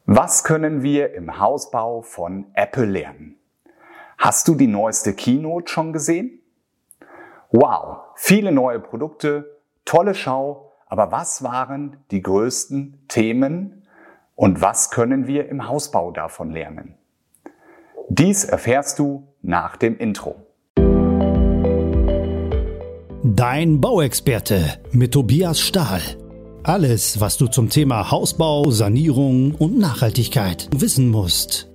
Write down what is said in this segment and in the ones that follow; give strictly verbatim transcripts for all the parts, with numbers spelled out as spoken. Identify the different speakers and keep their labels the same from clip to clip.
Speaker 1: Was können wir im Hausbau von Apple lernen? Hast du die neueste Keynote schon gesehen? Wow, viele neue Produkte, tolle Schau, aber was waren die größten Themen und was können wir im Hausbau davon lernen? Dies erfährst du nach dem Intro.
Speaker 2: Dein Bauexperte mit Tobias Stahl. Alles, was du zum Thema Hausbau, Sanierung und Nachhaltigkeit wissen musst.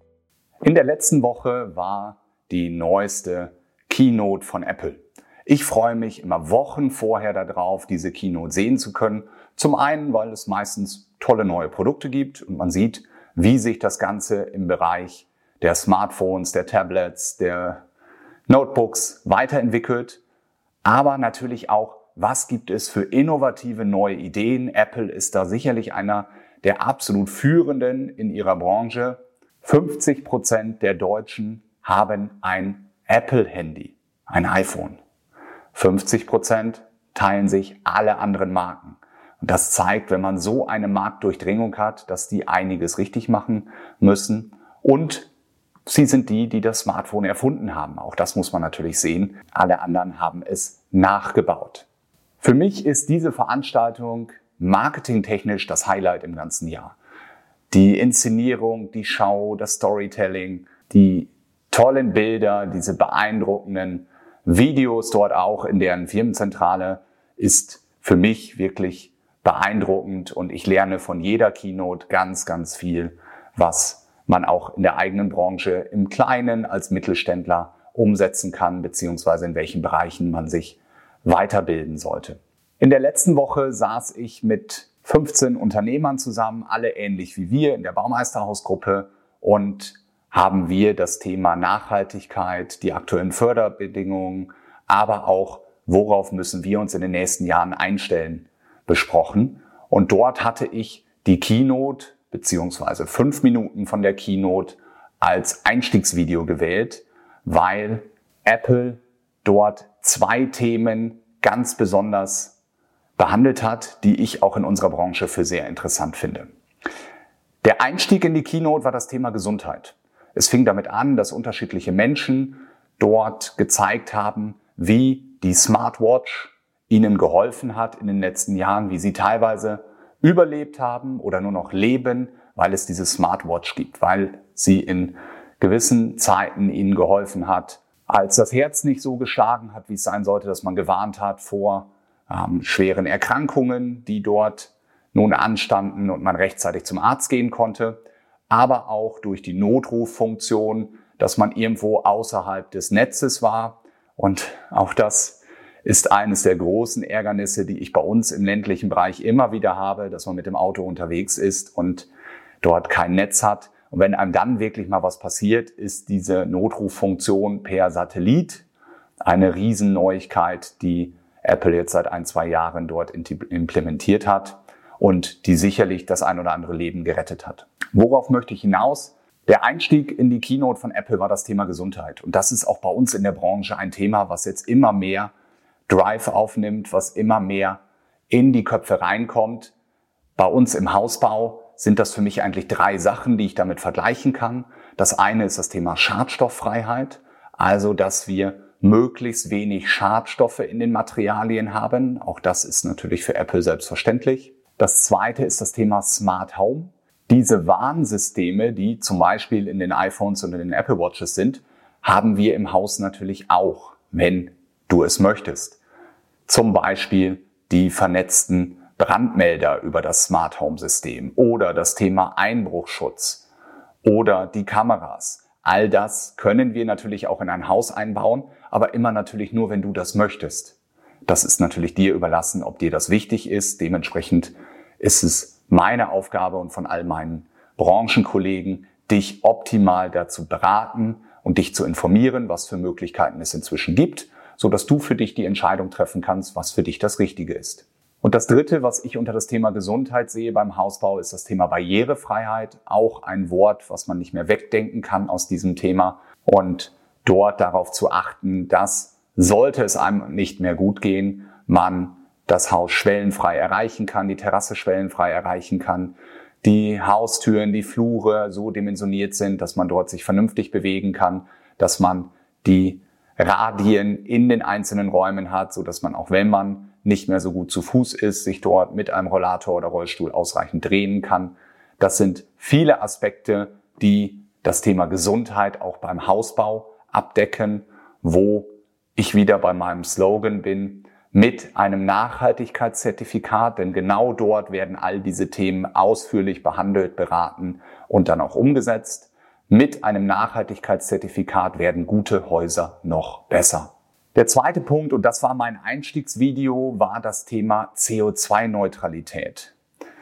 Speaker 1: In der letzten Woche war die neueste Keynote von Apple. Ich freue mich immer Wochen vorher darauf, diese Keynote sehen zu können. Zum einen, weil es meistens tolle neue Produkte gibt und man sieht, wie sich das Ganze im Bereich der Smartphones, der Tablets, der Notebooks weiterentwickelt. Aber natürlich auch, was gibt es für innovative neue Ideen? Apple ist da sicherlich einer der absolut Führenden in ihrer Branche. fünfzig Prozent der Deutschen haben ein Apple-Handy, ein iPhone. fünfzig Prozent teilen sich alle anderen Marken. Und das zeigt, wenn man so eine Marktdurchdringung hat, dass die einiges richtig machen müssen. Und sie sind die, die das Smartphone erfunden haben. Auch das muss man natürlich sehen. Alle anderen haben es nachgebaut. Für mich ist diese Veranstaltung marketingtechnisch das Highlight im ganzen Jahr. Die Inszenierung, die Schau, das Storytelling, die tollen Bilder, diese beeindruckenden Videos dort auch in deren Firmenzentrale ist für mich wirklich beeindruckend und ich lerne von jeder Keynote ganz, ganz viel, was man auch in der eigenen Branche im Kleinen als Mittelständler umsetzen kann, beziehungsweise in welchen Bereichen man sich weiterbilden sollte. In der letzten Woche saß ich mit fünfzehn Unternehmern zusammen, alle ähnlich wie wir in der Baumeisterhausgruppe und haben wir das Thema Nachhaltigkeit, die aktuellen Förderbedingungen, aber auch worauf müssen wir uns in den nächsten Jahren einstellen, besprochen. Und dort hatte ich die Keynote beziehungsweise fünf Minuten von der Keynote als Einstiegsvideo gewählt, weil Apple dort zwei Themen ganz besonders behandelt hat, die ich auch in unserer Branche für sehr interessant finde. Der Einstieg in die Keynote war das Thema Gesundheit. Es fing damit an, dass unterschiedliche Menschen dort gezeigt haben, wie die Smartwatch ihnen geholfen hat in den letzten Jahren, wie sie teilweise überlebt haben oder nur noch leben, weil es diese Smartwatch gibt, weil sie in gewissen Zeiten ihnen geholfen hat, als das Herz nicht so geschlagen hat, wie es sein sollte, dass man gewarnt hat vor ähm, schweren Erkrankungen, die dort nun anstanden und man rechtzeitig zum Arzt gehen konnte, aber auch durch die Notruffunktion, dass man irgendwo außerhalb des Netzes war. Und auch das ist eines der großen Ärgernisse, die ich bei uns im ländlichen Bereich immer wieder habe, dass man mit dem Auto unterwegs ist und dort kein Netz hat. Und wenn einem dann wirklich mal was passiert, ist diese Notruffunktion per Satellit eine Riesenneuigkeit, die Apple jetzt seit ein, zwei Jahren dort implementiert hat und die sicherlich das ein oder andere Leben gerettet hat. Worauf möchte ich hinaus? Der Einstieg in die Keynote von Apple war das Thema Gesundheit. Und das ist auch bei uns in der Branche ein Thema, was jetzt immer mehr Drive aufnimmt, was immer mehr in die Köpfe reinkommt. Bei uns im Hausbau sind das für mich eigentlich drei Sachen, die ich damit vergleichen kann. Das eine ist das Thema Schadstofffreiheit, also dass wir möglichst wenig Schadstoffe in den Materialien haben. Auch das ist natürlich für Apple selbstverständlich. Das zweite ist das Thema Smart Home. Diese Warnsysteme, die zum Beispiel in den iPhones und in den Apple Watches sind, haben wir im Haus natürlich auch, wenn du es möchtest. Zum Beispiel die vernetzten Brandmelder über das Smart Home System oder das Thema Einbruchschutz oder die Kameras. All das können wir natürlich auch in ein Haus einbauen, aber immer natürlich nur, wenn du das möchtest. Das ist natürlich dir überlassen, ob dir das wichtig ist. Dementsprechend ist es meine Aufgabe und von all meinen Branchenkollegen, dich optimal dazu beraten und dich zu informieren, was für Möglichkeiten es inzwischen gibt, sodass du für dich die Entscheidung treffen kannst, was für dich das Richtige ist. Und das Dritte, was ich unter das Thema Gesundheit sehe beim Hausbau, ist das Thema Barrierefreiheit. Auch ein Wort, was man nicht mehr wegdenken kann aus diesem Thema. Und dort darauf zu achten, dass, sollte es einem nicht mehr gut gehen, man das Haus schwellenfrei erreichen kann, die Terrasse schwellenfrei erreichen kann, die Haustüren, die Flure so dimensioniert sind, dass man dort sich vernünftig bewegen kann, dass man die Radien in den einzelnen Räumen hat, so dass man auch wenn man nicht mehr so gut zu Fuß ist, sich dort mit einem Rollator oder Rollstuhl ausreichend drehen kann. Das sind viele Aspekte, die das Thema Gesundheit auch beim Hausbau abdecken, wo ich wieder bei meinem Slogan bin, mit einem Nachhaltigkeitszertifikat, denn genau dort werden all diese Themen ausführlich behandelt, beraten und dann auch umgesetzt. Mit einem Nachhaltigkeitszertifikat werden gute Häuser noch besser. Der zweite Punkt, und das war mein Einstiegsvideo, war das Thema C O zwei Neutralität.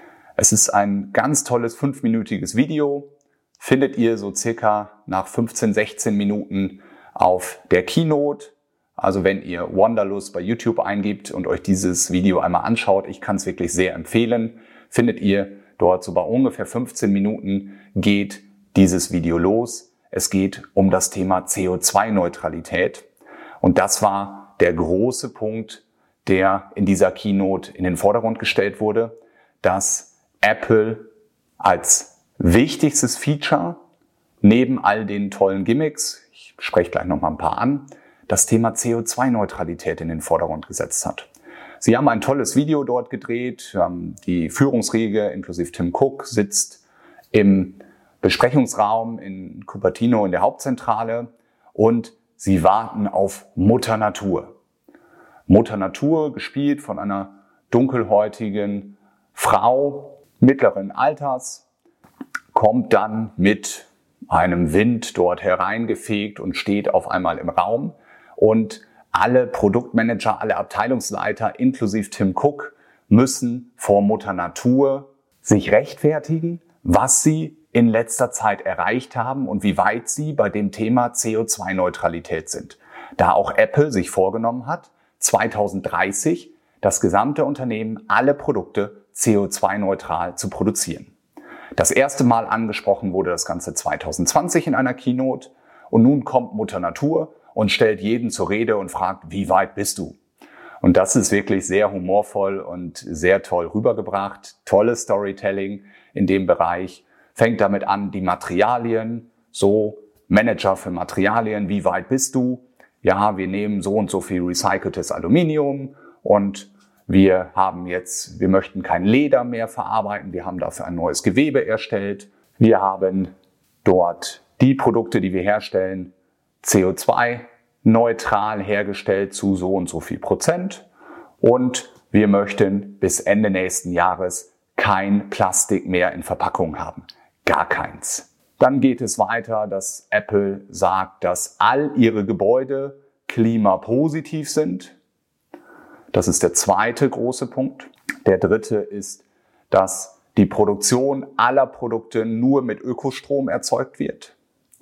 Speaker 1: Es ist ein ganz tolles fünfminütiges Video, findet ihr so circa nach fünfzehn, sechzehn Minuten auf der Keynote. Also wenn ihr Wanderlust bei YouTube eingibt und euch dieses Video einmal anschaut, ich kann es wirklich sehr empfehlen, findet ihr dort so bei ungefähr fünfzehn Minuten geht dieses Video los. Es geht um das Thema C O zwei Neutralität. Und das war der große Punkt, der in dieser Keynote in den Vordergrund gestellt wurde, dass Apple als wichtigstes Feature neben all den tollen Gimmicks, ich spreche gleich noch mal ein paar an, das Thema C O zwei Neutralität in den Vordergrund gesetzt hat. Sie haben ein tolles Video dort gedreht. Die Führungsriege inklusive Tim Cook sitzt im Besprechungsraum in Cupertino in der Hauptzentrale und sie warten auf Mutter Natur. Mutter Natur, gespielt von einer dunkelhäutigen Frau mittleren Alters, kommt dann mit einem Wind dort hereingefegt und steht auf einmal im Raum. Und alle Produktmanager, alle Abteilungsleiter, inklusive Tim Cook, müssen vor Mutter Natur sich rechtfertigen, was sie in letzter Zeit erreicht haben und wie weit sie bei dem Thema C O zwei Neutralität sind. Da auch Apple sich vorgenommen hat, zweitausenddreißig das gesamte Unternehmen alle Produkte C O zwei neutral zu produzieren. Das erste Mal angesprochen wurde das Ganze zweitausendzwanzig in einer Keynote und nun kommt Mutter Natur und stellt jeden zur Rede und fragt, wie weit bist du? Und das ist wirklich sehr humorvoll und sehr toll rübergebracht. Tolles Storytelling in dem Bereich. Fängt damit an, die Materialien, so Manager für Materialien, wie weit bist du? Ja, wir nehmen so und so viel recyceltes Aluminium und wir haben jetzt, wir möchten kein Leder mehr verarbeiten, wir haben dafür ein neues Gewebe erstellt. Wir haben dort die Produkte, die wir herstellen, C O zwei neutral hergestellt zu so und so viel Prozent. Und wir möchten bis Ende nächsten Jahres kein Plastik mehr in Verpackungen haben. Gar keins. Dann geht es weiter, dass Apple sagt, dass all ihre Gebäude klimapositiv sind. Das ist der zweite große Punkt. Der dritte ist, dass die Produktion aller Produkte nur mit Ökostrom erzeugt wird.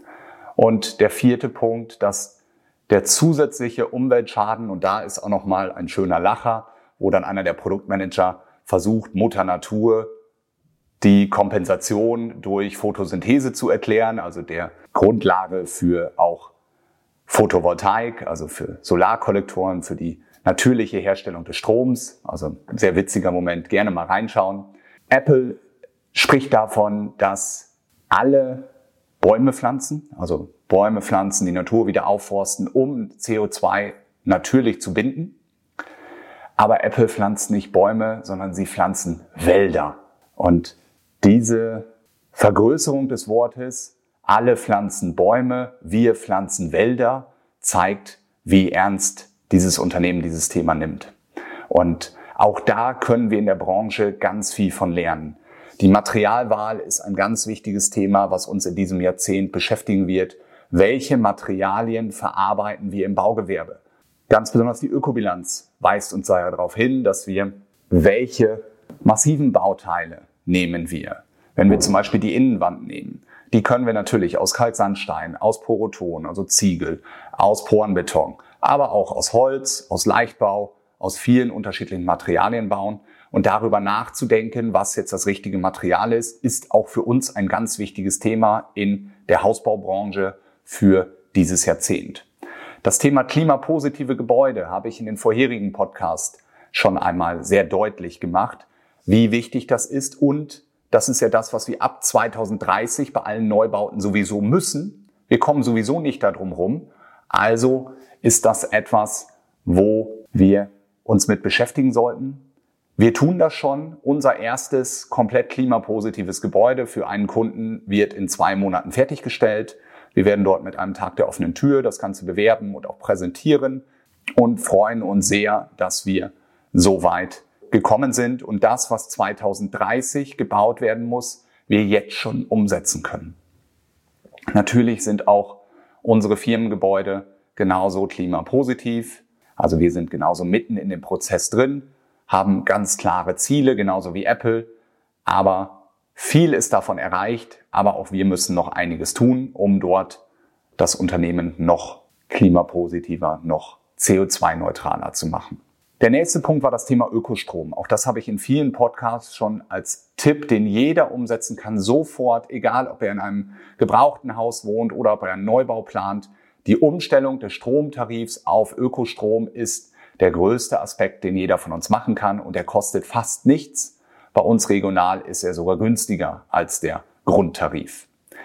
Speaker 1: Und der vierte Punkt, dass der zusätzliche Umweltschaden, und da ist auch nochmal ein schöner Lacher, wo dann einer der Produktmanager versucht, Mutter Natur die Kompensation durch Photosynthese zu erklären, also der Grundlage für auch Photovoltaik, also für Solarkollektoren, für die natürliche Herstellung des Stroms. Also ein sehr witziger Moment, gerne mal reinschauen. Apple spricht davon, dass alle Bäume pflanzen, also Bäume pflanzen, die Natur wieder aufforsten, um C O zwei natürlich zu binden. Aber Apple pflanzt nicht Bäume, sondern sie pflanzen Wälder. Und diese Vergrößerung des Wortes, alle pflanzen Bäume, wir pflanzen Wälder, zeigt, wie ernst dieses Unternehmen dieses Thema nimmt. Und auch da können wir in der Branche ganz viel von lernen. Die Materialwahl ist ein ganz wichtiges Thema, was uns in diesem Jahrzehnt beschäftigen wird. Welche Materialien verarbeiten wir im Baugewerbe? Ganz besonders die Ökobilanz weist uns darauf hin, dass wir, welche massiven Bauteile nehmen wir. Wenn wir zum Beispiel die Innenwand nehmen, die können wir natürlich aus Kalksandstein, aus Poroton, also Ziegel, aus Porenbeton, aber auch aus Holz, aus Leichtbau, aus vielen unterschiedlichen Materialien bauen. Und darüber nachzudenken, was jetzt das richtige Material ist, ist auch für uns ein ganz wichtiges Thema in der Hausbaubranche für dieses Jahrzehnt. Das Thema klimapositive Gebäude habe ich in den vorherigen Podcast schon einmal sehr deutlich gemacht, wie wichtig das ist und Das ist ja das, was wir ab zweitausenddreißig bei allen Neubauten sowieso müssen. Wir kommen sowieso nicht darum rum. Also ist das etwas, wo wir uns mit beschäftigen sollten. Wir tun das schon. Unser erstes komplett klimapositives Gebäude für einen Kunden wird in zwei Monaten fertiggestellt. Wir werden dort mit einem Tag der offenen Tür das Ganze bewerben und auch präsentieren und freuen uns sehr, dass wir so weit gekommen sind und das, was zweitausenddreißig gebaut werden muss, wir jetzt schon umsetzen können. Natürlich sind auch unsere Firmengebäude genauso klimapositiv. Also wir sind genauso mitten in dem Prozess drin, haben ganz klare Ziele, genauso wie Apple. Aber viel ist davon erreicht, aber auch wir müssen noch einiges tun, um dort das Unternehmen noch klimapositiver, noch C O zwei neutraler zu machen. Der nächste Punkt war das Thema Ökostrom. Auch das habe ich in vielen Podcasts schon als Tipp, den jeder umsetzen kann, sofort, egal ob er in einem gebrauchten Haus wohnt oder ob er einen Neubau plant. Die Umstellung des Stromtarifs auf Ökostrom ist der größte Aspekt, den jeder von uns machen kann und der kostet fast nichts. Bei uns regional ist er sogar günstiger als der Grundtarif.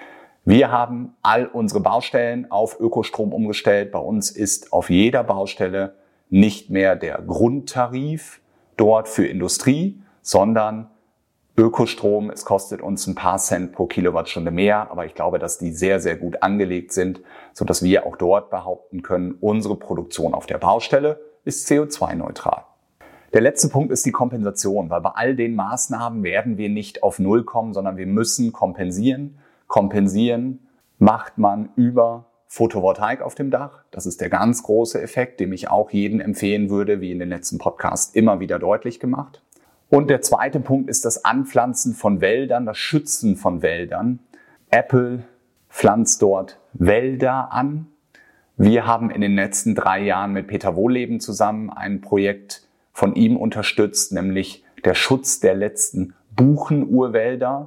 Speaker 1: Wir haben all unsere Baustellen auf Ökostrom umgestellt. Bei uns ist auf jeder Baustelle nicht mehr der Grundtarif dort für Industrie, sondern Ökostrom. Es kostet uns ein paar Cent pro Kilowattstunde mehr, aber ich glaube, dass die sehr, sehr gut angelegt sind, sodass wir auch dort behaupten können, unsere Produktion auf der Baustelle ist C O zwei neutral. Der letzte Punkt ist die Kompensation, weil bei all den Maßnahmen werden wir nicht auf Null kommen, sondern wir müssen kompensieren. Kompensieren macht man über Photovoltaik auf dem Dach. Das ist der ganz große Effekt, dem ich auch jedem empfehlen würde, wie in den letzten Podcasts immer wieder deutlich gemacht. Und der zweite Punkt ist das Anpflanzen von Wäldern, das Schützen von Wäldern. Apple pflanzt dort Wälder an. Wir haben in den letzten drei Jahren mit Peter Wohlleben zusammen ein Projekt von ihm unterstützt, nämlich der Schutz der letzten Buchenurwälder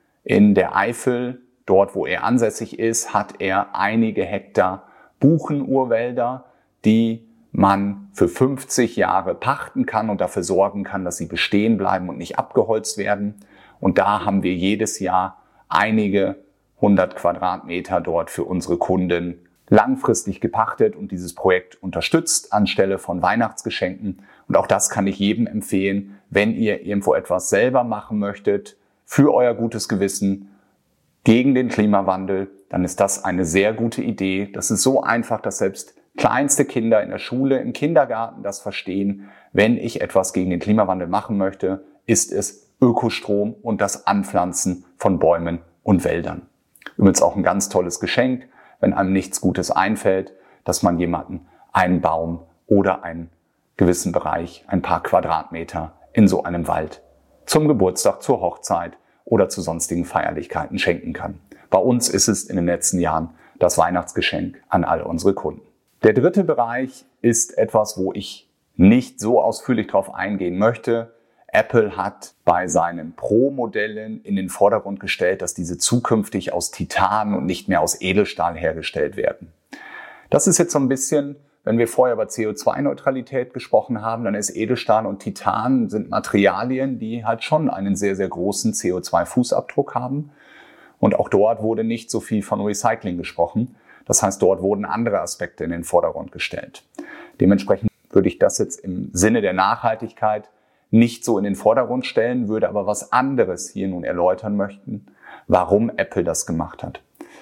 Speaker 1: in der Eifel. Dort, wo er ansässig ist, hat er einige Hektar Buchenurwälder, die man für fünfzig Jahre pachten kann und dafür sorgen kann, dass sie bestehen bleiben und nicht abgeholzt werden. Und da haben wir jedes Jahr einige hundert Quadratmeter dort für unsere Kunden langfristig gepachtet und dieses Projekt unterstützt anstelle von Weihnachtsgeschenken. Und auch das kann ich jedem empfehlen, wenn ihr irgendwo etwas selber machen möchtet, für euer gutes Gewissen, gegen den Klimawandel, dann ist das eine sehr gute Idee. Das ist so einfach, dass selbst kleinste Kinder in der Schule, im Kindergarten das verstehen. Wenn ich etwas gegen den Klimawandel machen möchte, ist es Ökostrom und das Anpflanzen von Bäumen und Wäldern. Übrigens auch ein ganz tolles Geschenk, wenn einem nichts Gutes einfällt, dass man jemanden einen Baum oder einen gewissen Bereich, ein paar Quadratmeter in so einem Wald zum Geburtstag, zur Hochzeit oder zu sonstigen Feierlichkeiten schenken kann. Bei uns ist es in den letzten Jahren das Weihnachtsgeschenk an all unsere Kunden. Der dritte Bereich ist etwas, wo ich nicht so ausführlich drauf eingehen möchte. Apple hat bei seinen Pro-Modellen in den Vordergrund gestellt, dass diese zukünftig aus Titan und nicht mehr aus Edelstahl hergestellt werden. Das ist jetzt so ein bisschen, wenn wir vorher über C O zwei Neutralität gesprochen haben, dann ist Edelstahl und Titan sind Materialien, die halt schon einen sehr, sehr großen C O zwei Fußabdruck haben. Und auch dort wurde nicht so viel von Recycling gesprochen. Das heißt, dort wurden andere Aspekte in den Vordergrund gestellt. Dementsprechend würde ich das jetzt im Sinne der Nachhaltigkeit nicht so in den Vordergrund stellen, würde aber was anderes hier nun erläutern möchten, warum Apple das gemacht hat.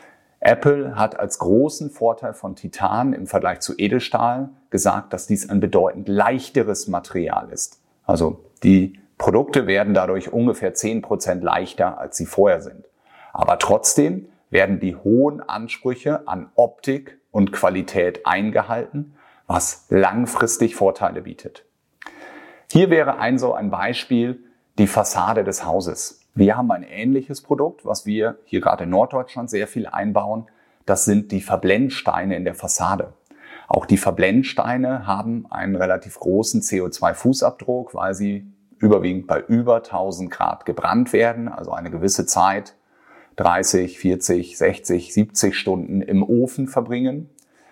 Speaker 1: Apple hat als großen Vorteil von Titan im Vergleich zu Edelstahl gesagt, dass dies ein bedeutend leichteres Material ist. Also die Produkte werden dadurch ungefähr zehn Prozent leichter, als sie vorher sind. Aber trotzdem werden die hohen Ansprüche an Optik und Qualität eingehalten, was langfristig Vorteile bietet. Hier wäre ein so ein Beispiel die Fassade des Hauses. Wir haben ein ähnliches Produkt, was wir hier gerade in Norddeutschland sehr viel einbauen. Das sind die Verblendsteine in der Fassade. Auch die Verblendsteine haben einen relativ großen C O zwei Fußabdruck, weil sie überwiegend bei über tausend Grad gebrannt werden, also eine gewisse Zeit, dreißig, vierzig, sechzig, siebzig Stunden im Ofen verbringen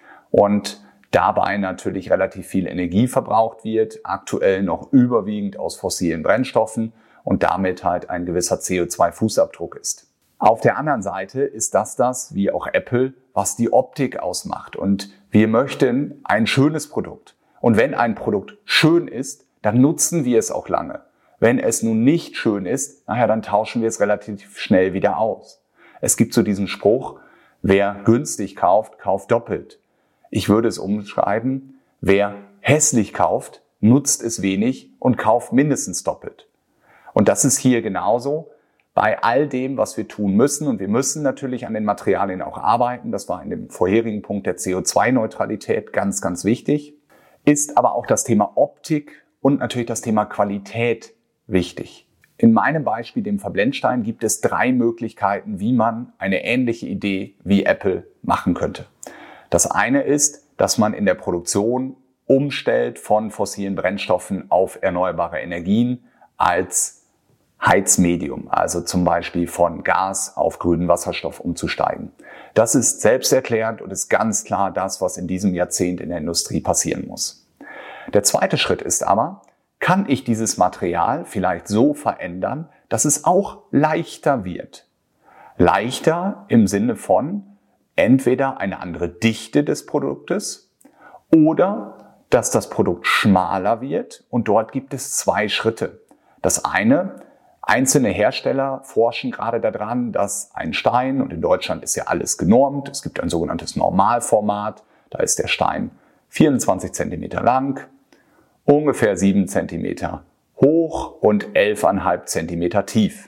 Speaker 1: und dabei natürlich relativ viel Energie verbraucht wird, aktuell noch überwiegend aus fossilen Brennstoffen. und damit halt ein gewisser C O zwei Fußabdruck ist. Auf der anderen Seite ist das das, wie auch Apple, was die Optik ausmacht. Und wir möchten ein schönes Produkt. Und wenn ein Produkt schön ist, dann nutzen wir es auch lange. Wenn es nun nicht schön ist, naja, dann tauschen wir es relativ schnell wieder aus. Es gibt so diesen Spruch, wer günstig kauft, kauft doppelt. Ich würde es umschreiben, wer hässlich kauft, nutzt es wenig und kauft mindestens doppelt. Und das ist hier genauso bei all dem, was wir tun müssen. Und wir müssen natürlich an den Materialien auch arbeiten. Das war in dem vorherigen Punkt der C O zwei Neutralität ganz, ganz wichtig. Ist aber auch das Thema Optik und natürlich das Thema Qualität wichtig. In meinem Beispiel, dem Verblendstein, gibt es drei Möglichkeiten, wie man eine ähnliche Idee wie Apple machen könnte. Das eine ist, dass man in der Produktion umstellt von fossilen Brennstoffen auf erneuerbare Energien als Heizmedium, also zum Beispiel von Gas auf grünen Wasserstoff umzusteigen. Das ist selbsterklärend und ist ganz klar das, was in diesem Jahrzehnt in der Industrie passieren muss. Der zweite Schritt ist aber, kann ich dieses Material vielleicht so verändern, dass es auch leichter wird? Leichter im Sinne von entweder eine andere Dichte des Produktes oder dass das Produkt schmaler wird, und dort gibt es zwei Schritte. Das eine, einzelne Hersteller forschen gerade daran, dass ein Stein, und in Deutschland ist ja alles genormt, es gibt ein sogenanntes Normalformat, da ist der Stein vierundzwanzig Zentimeter lang, ungefähr sieben Zentimeter hoch und elf Komma fünf Zentimeter tief.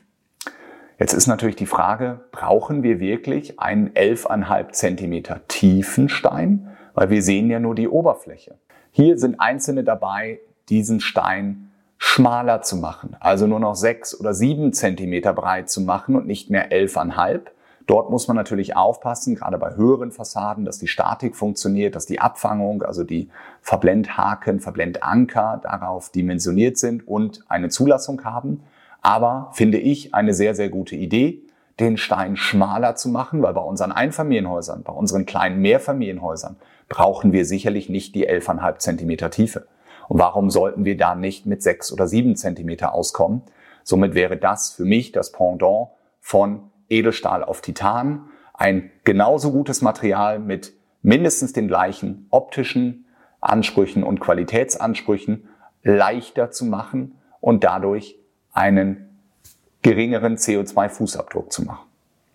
Speaker 1: Jetzt ist natürlich die Frage, brauchen wir wirklich einen elf Komma fünf Zentimeter tiefen Stein? Weil wir sehen ja nur die Oberfläche. Hier sind einzelne dabei, diesen Stein schmaler zu machen, also nur noch sechs oder sieben Zentimeter breit zu machen und nicht mehr elf Komma fünf. Dort muss man natürlich aufpassen, gerade bei höheren Fassaden, dass die Statik funktioniert, dass die Abfangung, also die Verblendhaken, Verblendanker darauf dimensioniert sind und eine Zulassung haben. Aber finde ich eine sehr, sehr gute Idee, den Stein schmaler zu machen, weil bei unseren Einfamilienhäusern, bei unseren kleinen Mehrfamilienhäusern brauchen wir sicherlich nicht die elf Komma fünf Zentimeter Tiefe. Und warum sollten wir da nicht mit sechs oder sieben Zentimeter auskommen? Somit wäre das für mich das Pendant von Edelstahl auf Titan. Ein genauso gutes Material mit mindestens den gleichen optischen Ansprüchen und Qualitätsansprüchen leichter zu machen und dadurch einen geringeren C O zwei Fußabdruck zu machen.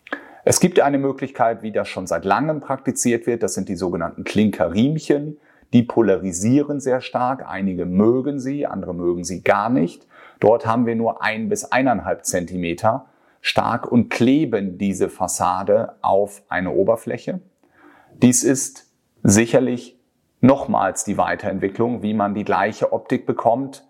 Speaker 1: Es gibt eine Möglichkeit, wie das schon seit langem praktiziert wird. Das sind die sogenannten Klinkerriemchen. Die polarisieren sehr stark. Einige mögen sie, andere mögen sie gar nicht. Dort haben wir nur ein bis eineinhalb Zentimeter stark und kleben diese Fassade auf eine Oberfläche. Dies ist sicherlich nochmals die Weiterentwicklung, wie man die gleiche Optik bekommt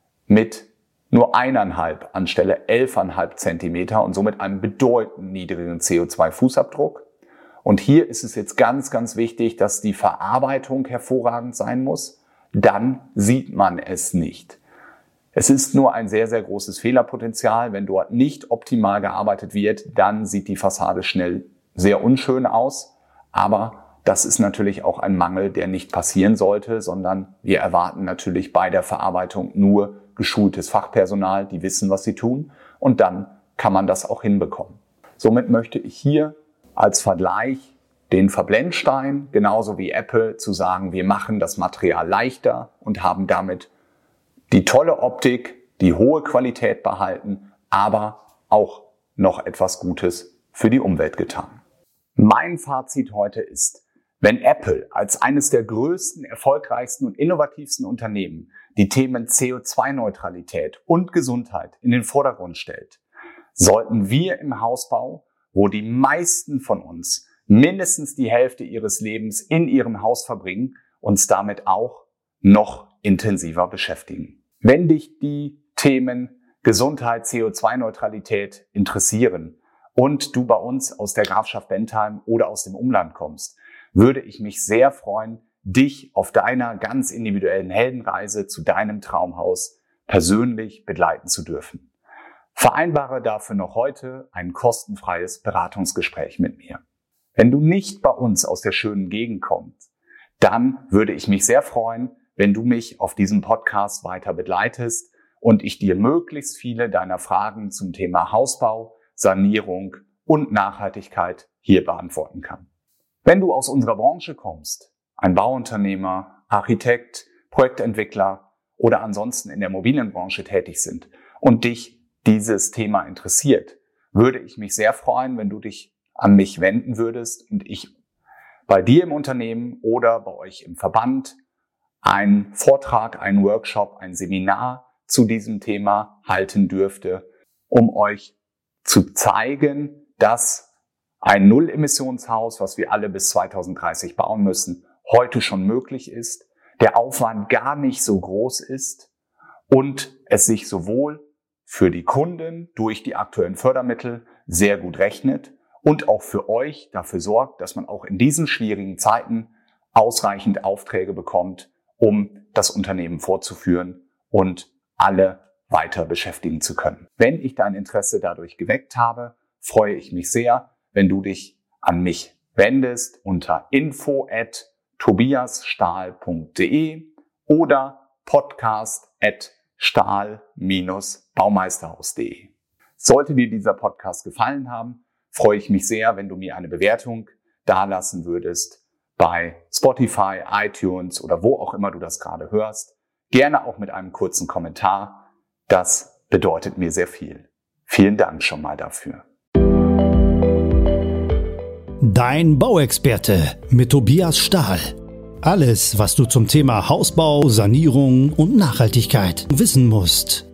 Speaker 1: mit nur eineinhalb anstelle elf Komma fünf Zentimeter und somit einem bedeutend niedrigeren C O zwei Fußabdruck. Und hier ist es jetzt ganz, ganz wichtig, dass die Verarbeitung hervorragend sein muss. Dann sieht man es nicht. Es ist nur ein sehr, sehr großes Fehlerpotenzial. Wenn dort nicht optimal gearbeitet wird, dann sieht die Fassade schnell sehr unschön aus. Aber das ist natürlich auch ein Mangel, der nicht passieren sollte, sondern wir erwarten natürlich bei der Verarbeitung nur geschultes Fachpersonal, die wissen, was sie tun. Und dann kann man das auch hinbekommen. Somit möchte ich hier als Vergleich den Verblendstein, genauso wie Apple, zu sagen, wir machen das Material leichter und haben damit die tolle Optik, die hohe Qualität behalten, aber auch noch etwas Gutes für die Umwelt getan. Mein Fazit heute ist, wenn Apple als eines der größten, erfolgreichsten und innovativsten Unternehmen die Themen C O zwei Neutralität und Gesundheit in den Vordergrund stellt, sollten wir im Hausbau, wo die meisten von uns mindestens die Hälfte ihres Lebens in ihrem Haus verbringen, uns damit auch noch intensiver beschäftigen. Wenn dich die Themen Gesundheit, C O zwei Neutralität interessieren und du bei uns aus der Grafschaft Bentheim oder aus dem Umland kommst, würde ich mich sehr freuen, dich auf deiner ganz individuellen Heldenreise zu deinem Traumhaus persönlich begleiten zu dürfen. Vereinbare dafür noch heute ein kostenfreies Beratungsgespräch mit mir. Wenn du nicht bei uns aus der schönen Gegend kommst, dann würde ich mich sehr freuen, wenn du mich auf diesem Podcast weiter begleitest und ich dir möglichst viele deiner Fragen zum Thema Hausbau, Sanierung und Nachhaltigkeit hier beantworten kann. Wenn du aus unserer Branche kommst, ein Bauunternehmer, Architekt, Projektentwickler oder ansonsten in der Immobilienbranche tätig sind und dich dieses Thema interessiert, würde ich mich sehr freuen, wenn du dich an mich wenden würdest und ich bei dir im Unternehmen oder bei euch im Verband einen Vortrag, einen Workshop, ein Seminar zu diesem Thema halten dürfte, um euch zu zeigen, dass ein Null-Emissionshaus, was wir alle bis zweitausenddreißig bauen müssen, heute schon möglich ist, der Aufwand gar nicht so groß ist und es sich sowohl für die Kunden durch die aktuellen Fördermittel sehr gut rechnet und auch für euch dafür sorgt, dass man auch in diesen schwierigen Zeiten ausreichend Aufträge bekommt, um das Unternehmen fortzuführen und alle weiter beschäftigen zu können. Wenn ich dein Interesse dadurch geweckt habe, freue ich mich sehr, wenn du dich an mich wendest unter info at tobiasstahl punkt de oder podcast at stahl baumeisterhaus punkt de. Sollte dir dieser Podcast gefallen haben, freue ich mich sehr, wenn du mir eine Bewertung dalassen würdest bei Spotify, iTunes oder wo auch immer du das gerade hörst. Gerne auch mit einem kurzen Kommentar. Das bedeutet mir sehr viel. Vielen Dank schon mal dafür.
Speaker 2: Dein Bauexperte mit Tobias Stahl. Alles, was du zum Thema Hausbau, Sanierung und Nachhaltigkeit wissen musst.